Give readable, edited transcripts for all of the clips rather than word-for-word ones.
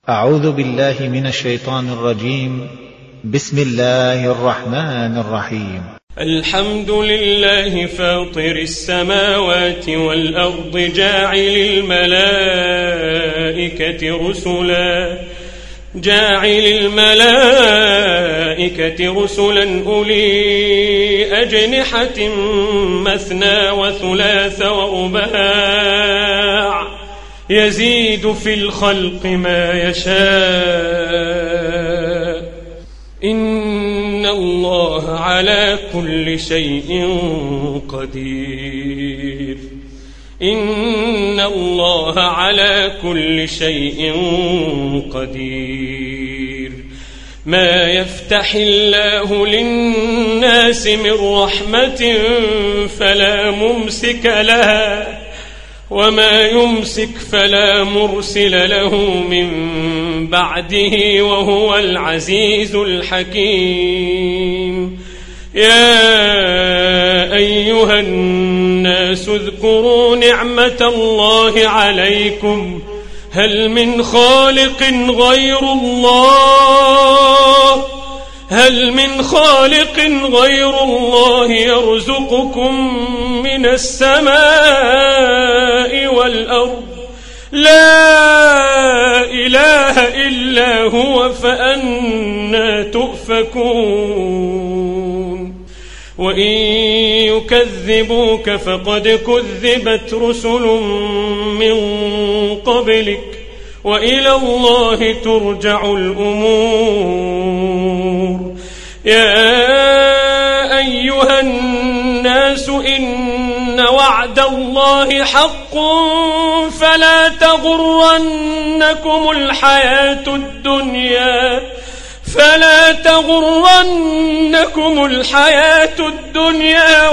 أعوذ بالله من الشيطان الرجيم. بسم الله الرحمن الرحيم. الحمد لله فاطر السماوات والأرض جاعل الملائكة رسلا أولي أجنحة مثنى وثلاث ورباع يزيد في الخلق ما يشاء إن الله على كل شيء قدير. إن الله على كل شيء قدير. ما يفتح الله للناس من رحمة فلا ممسك لها وما يمسك فلا مرسل له من بعده وهو العزيز الحكيم. يا أيها الناس اذكروا نعمة الله عليكم هل من خالق غير الله يرزقكم من السماء والأرض لا إله إلا هو فأنى تؤفكون. وإن يكذبوك فقد كذبت رسل من قبلك وإلى الله ترجع الأمور. يا أيها الناس إن وعد الله حق فلا تغرنكم الحياة الدنيا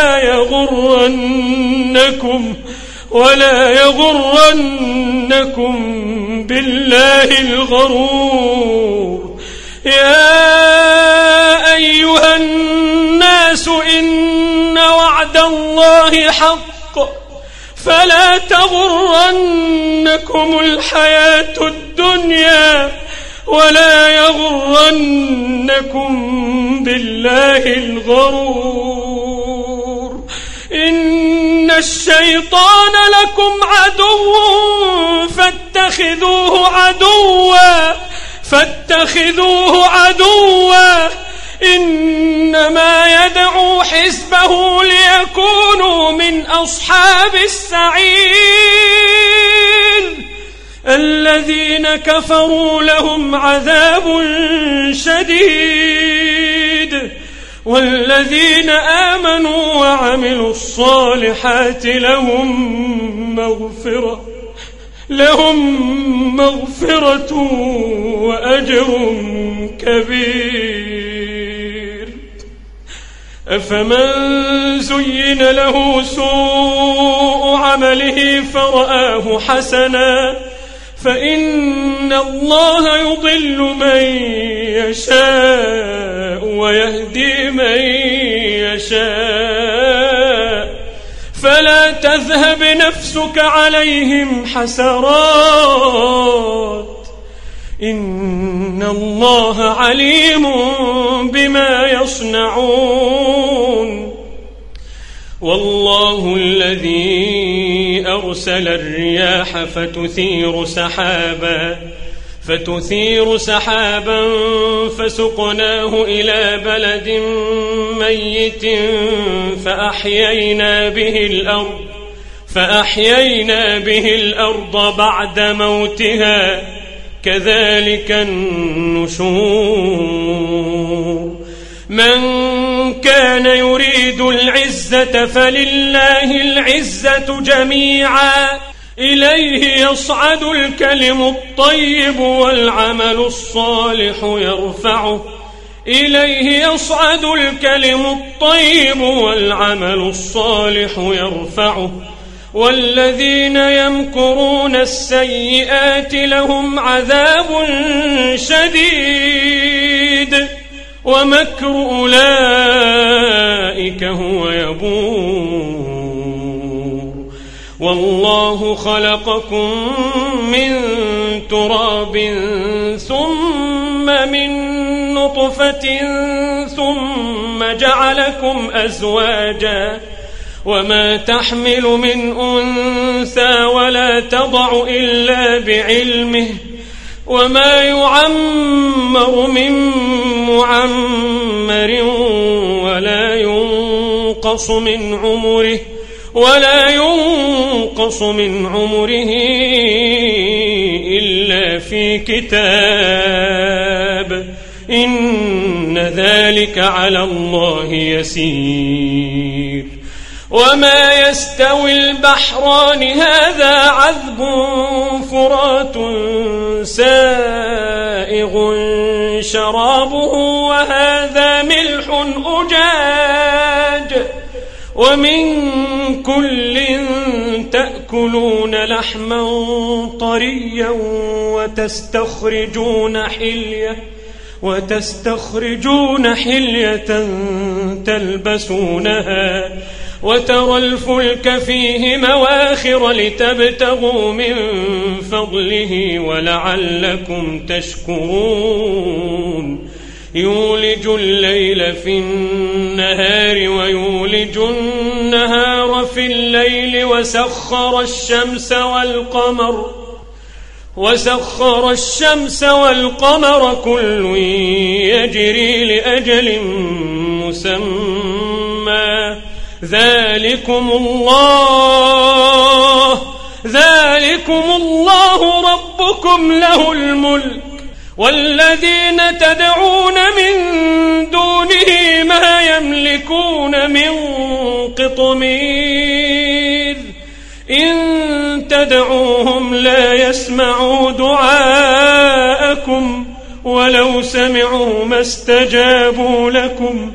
ولا يغرنكم بالله الغرور. يا أيها الناس إن وعد الله حق فلا تغرنكم الحياة الدنيا ولا يغرنكم بالله الغرور. إن الشيطان لكم عدو فاتخذوه عدوا إنما يدعو حزبه ليكونوا من أصحاب السعير. الذين كفروا لهم عذاب شديد والذين آمنوا وعملوا الصالحات لهم مغفرة وأجر كبير. أفمن زين له سوء عمله فرآه حسنا فإن الله يضل من يشاء ويهدي من يشاء فلا تذهب نفسك عليهم حسرات إن الله عليم بما يصنعون. والله الذي أرسل الرياح فتثير سحابا فسقناه إلى بلد ميت فأحيينا به الأرض بعد موتها كذلك النشور. من كان يريد العزة فلله العزة جميعا إليه يصعد الكلم الطيب والعمل الصالح يرفعه والذين يمكرون السيئات لهم عذاب شديد ومكر أولئك هو يبور. والله خلقكم من تراب ثم من نطفة ثم جعلكم أزواجا وما تحمل من أنثى ولا تضع إلا بعلمه وما يعمر من معمر ولا ينقص من عمره إلا في كتاب إن ذلك على الله يسير وما يستوي البحران هذا عذب فرات سائغ شرابه وهذا ملح أجاج ومن كل تأكلون لحما طريا وتستخرجون حلية تلبسونها وترى الفلك فيه مواخر لتبتغوا من فضله ولعلكم تشكرون يولج الليل في النهار ويولج النهار في الليل وسخر الشمس والقمر كل يجري لأجل مسمى ذلكم الله ربكم له الملك والذين تدعون من دونه ما يملكون من قطمير إن تدعوهم لا يسمعوا دعاءكم ولو سمعوا ما استجابوا لكم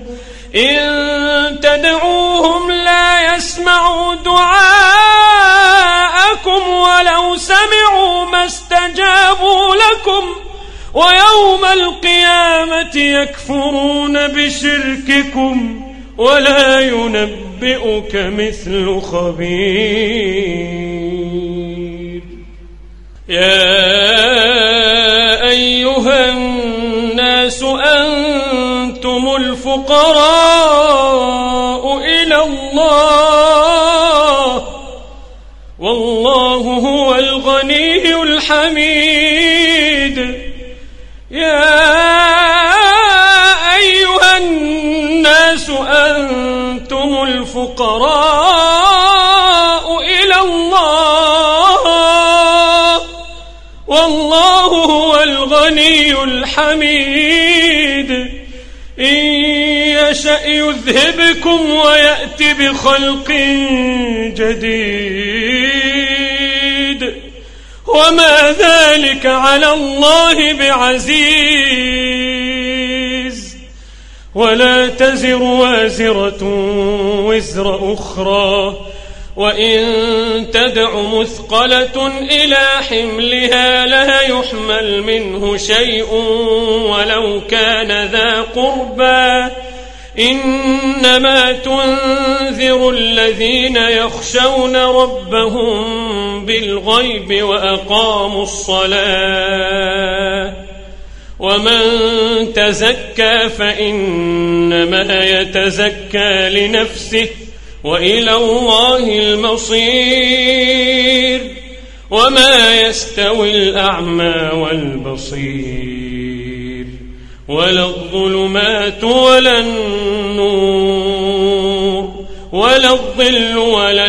ويوم القيامة يكفرون بشرككم ولا ينبئك مثل خبير يا أيها الناس أنتم الفقراء إلى الله والله هو الغني الحميد يا أيها الناس أنتم الفقراء إلى الله والله هو الغني الحميد إن يشأ يذهبكم ويأتي بخلق جديد وما ذلك على الله بعزيز ولا تزر وازرة وزر أخرى وإن تدع مثقلة إلى حملها لا يحمل منه شيء ولو كان ذا قربى إنما تنذر الذين يخشون ربهم بالغيب وأقاموا الصلاة ومن تزكى فإنما يتزكى لنفسه وإلى الله المصير وما يستوي الأعمى والبصير ولا الظلمات ولا النور ولا الظل ولا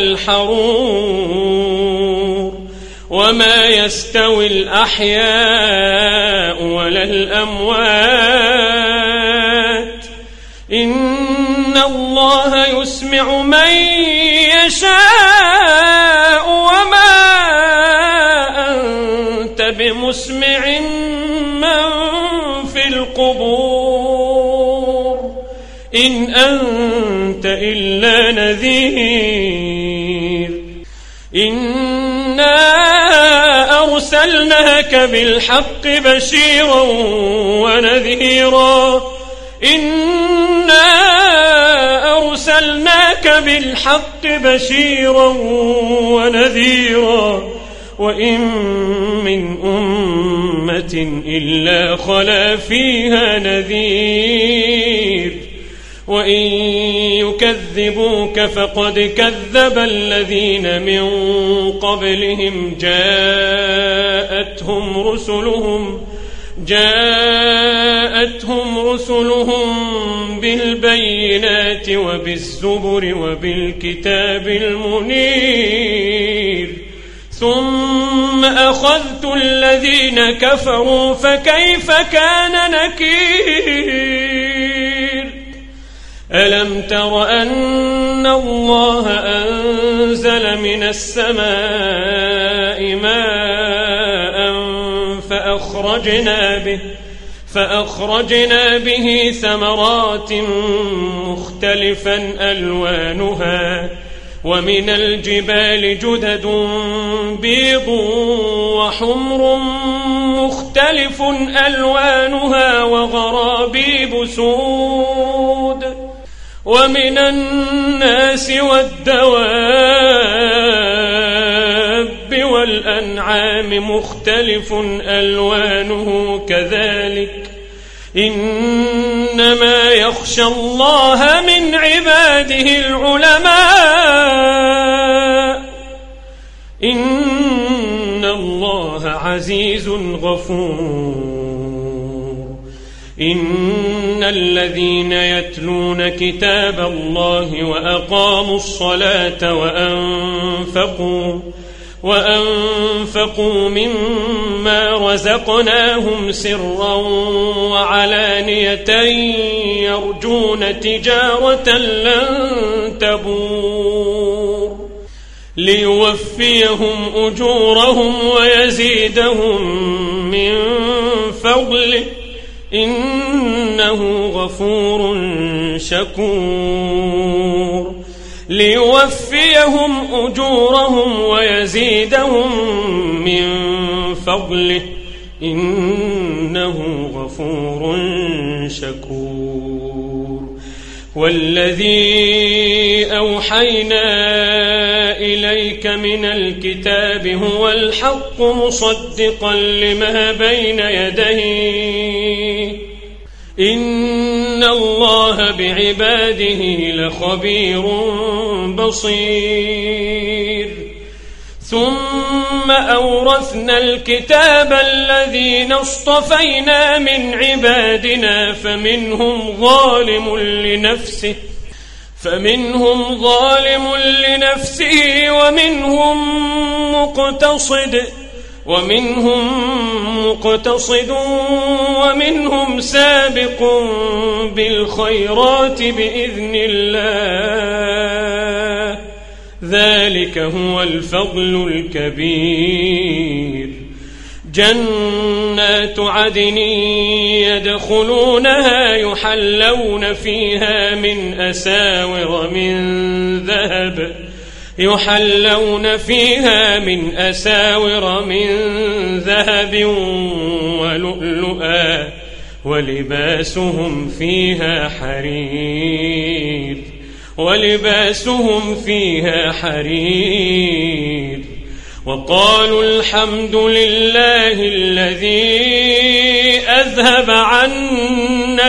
الحرور وما يستوي الأحياء ولا الأموات إن الله يسمع من يشاء وما أنت بمسمع من في القبور إن أنت إلا نذير إنا أرسلناك بالحق بشيرا ونذيرا إنا أرسلناك بالحق بشيرا ونذيرا وإن من أمة إلا خلا فيها نذير وإن يكذبوك فقد كذب الذين من قبلهم جاءتهم رسلهم بالبينات وبالزبر وبالكتاب المنير ثم أخذت الذين كفروا فكيف كان نكير ألم تر أن الله أنزل من السماء ماء فأخرجنا به ثمرات مختلفا ألوانها ومن الجبال جدد بيض وحمر مختلف ألوانها وغرابيب سود ومن الناس والدواب والأنعام مختلف ألوانه كذلك إنما يخشى الله من عباده العلماء إن الله عزيز غفور إن الذين يتلون كتاب الله وأقاموا الصلاة وأنفقوا مما رزقناهم سرا وعلانية يرجون تجارة لن تبور ليوفيهم أجورهم ويزيدهم من فضله إنه غفور شكور ليوفيهم أجورهم ويزيدهم من فضله إنه غفور شكور والذي أوحينا إليك من الكتاب هو الحق مصدقا لما بين يديه إن الله بعباده لخبير بصير ثم أورثنا الكتاب الذين اصطفينا من عبادنا فمنهم ظالم لنفسه ومنهم مقتصد ومنهم سابق بالخيرات بإذن الله ذلك هو الفضل الكبير جنات عدن يدخلونها يحلون فيها من أساور من ذهب ولؤلؤا ولباسهم فيها حرير وقالوا الحمد لله الذي أذهب عنا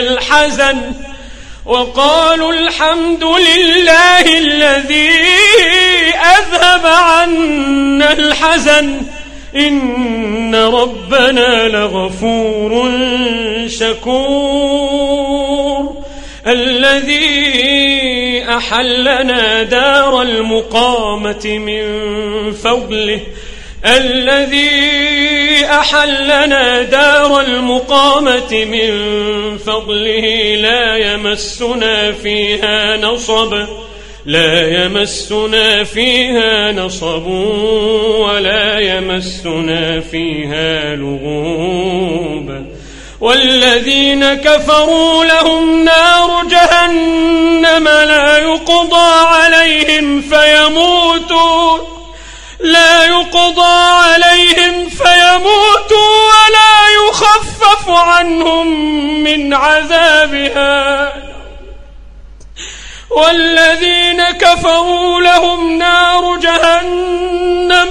الحزن إن ربنا لغفور شكور الذي أحلنا دار المقامة من فضله لا يمسنا فيها نصب ولا يمسنا فيها لغوب والذين كفروا لهم نار جهنم لا يقضى عليهم فيموتوا ولا يخفف عنهم من عذابها والذين كفروا لهم نار جهنم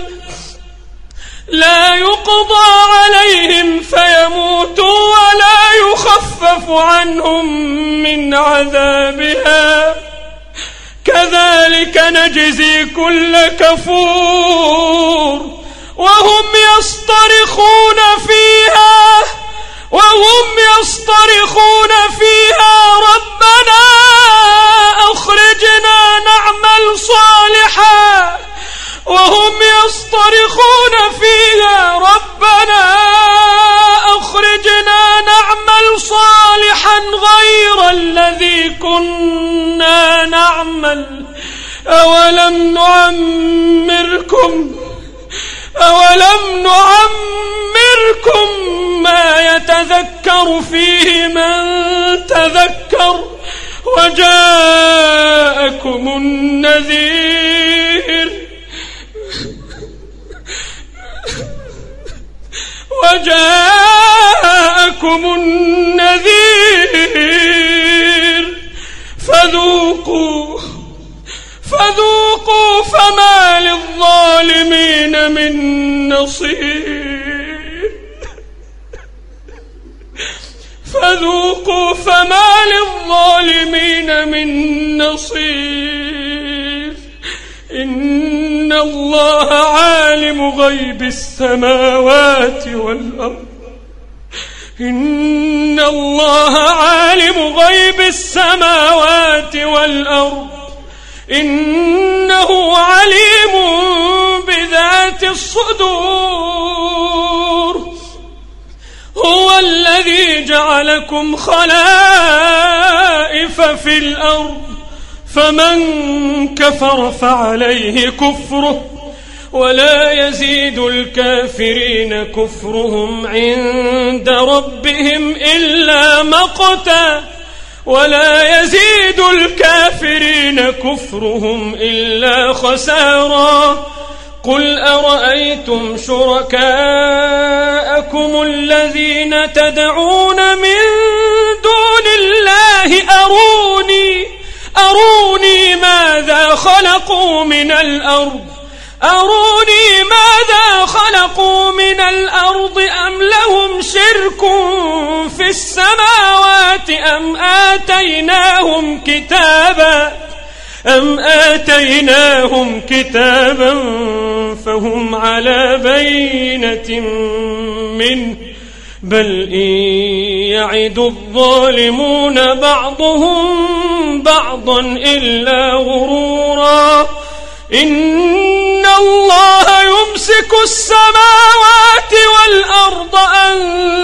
لا يقضى عليهم فيموتوا ولا يخفف عنهم من عذابها كذلك نجزي كل كفور وهم يصطرخون فيها ربنا أخرجنا نعمل صالحا وهم يصطرخون فيها ربنا أخرجنا نعمل صالحا غير الذي كنا نعمل أولم نعمركم ما يتذكر فيه من تذكر وجاءكم النذير فذوقوا فما للظالمين من نصير إن الله عالم غيب السماوات والأرض إنه عليم بذات الصدور هو الذي جعلكم خلائف في الأرض فمن كفر فعليه كفره ولا يزيد الكافرين كفرهم عند ربهم إلا مقتا ولا يزيد الكافرين كفرهم إلا خسارا قل أرأيتم شركاءكم الذين تدعون من دون الله أروني ماذا خلقوا من الأرض أم لهم شرك في السماوات أم آتيناهم كتابا فهم على بينة منه بل إن يعد الظالمون بعضهم بعضا إلا غرورا إن الله يمسك السماوات والأرض أن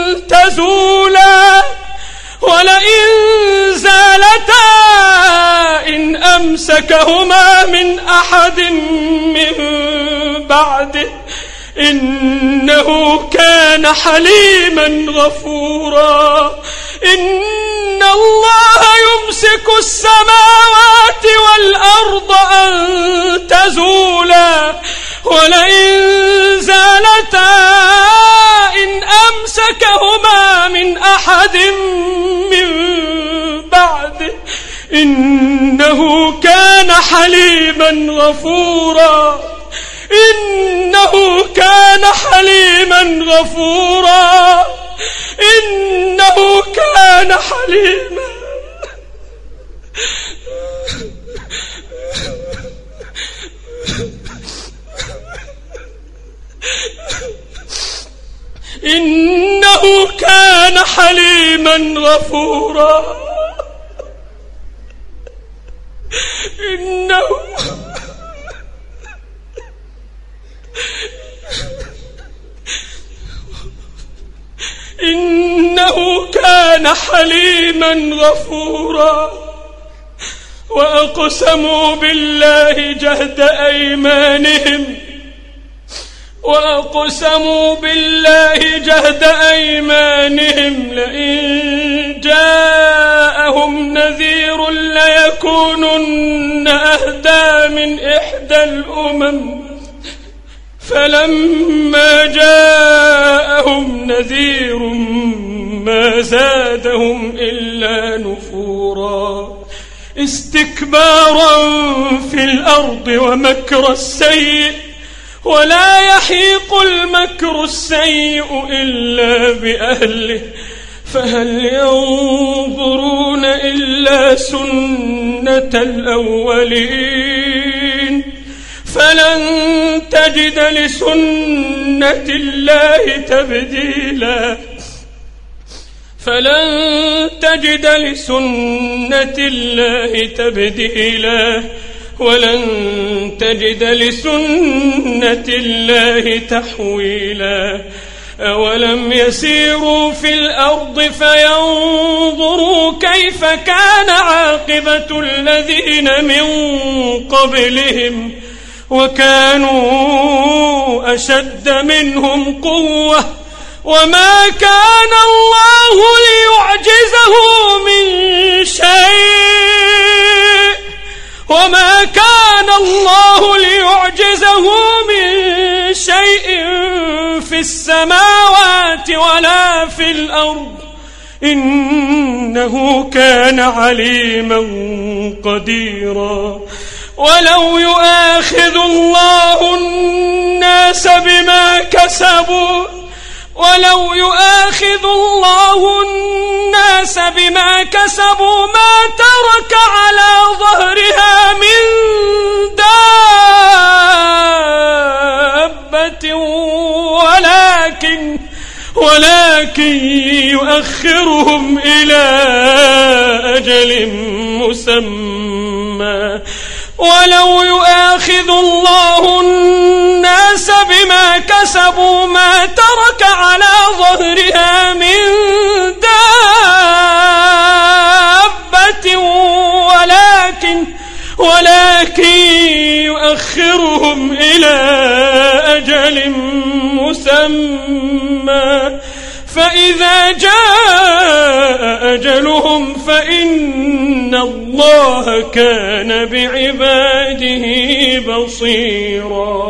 تزولا ولئن زالتا إن أمسكهما من أحد من بعده إنه كان حليما غفورا إن الله يمسك السماوات والأرض أن تزولا ولئن زالتا إن أمسكهما من أحد من بعده إنه كان حليما غفورا إنه كان حليما غفورا إنه كان حليما غفورا وأقسموا بالله جهد أيمانهم لئن جاءهم نذير ليكونن أهدى من إحدى الأمم فلما جاءهم نذير ما زادهم إلا نفورا استكبارا في الأرض ومكر السيء، ولا يحيق المكر السيء إلا بأهله، فهل ينظرون إلا سنة الأولين، فلن تجد لسنة الله تبديلا، فلن تجد لسنة الله تبديلا، ولن تجد لسنة الله تحويلا. أولم يسيروا في الأرض فينظروا كيف كان عاقبة الذين من قبلهم، وكانوا أشد منهم قوة، وما كان الله ليعجزه من شيء، وما كان الله ليعجزه من شيء في السماوات ولا في الأرض، إنه كان عليما قديرا. ولو يؤاخذ الله الناس بما كسبوا، ولو يؤاخذ الله الناس بما كسبوا ما ترك على ظهرها من دابة، ولكن يؤخرهم إلى أجل مسمى. ولو يؤاخذ الله الناس بما كسبوا ما ترك على ظهرها من دابة، ولكن يؤخرهم إلى أجل مسمى، فإذا جاء أجلهم فإن الله كان بعباده بصيرا.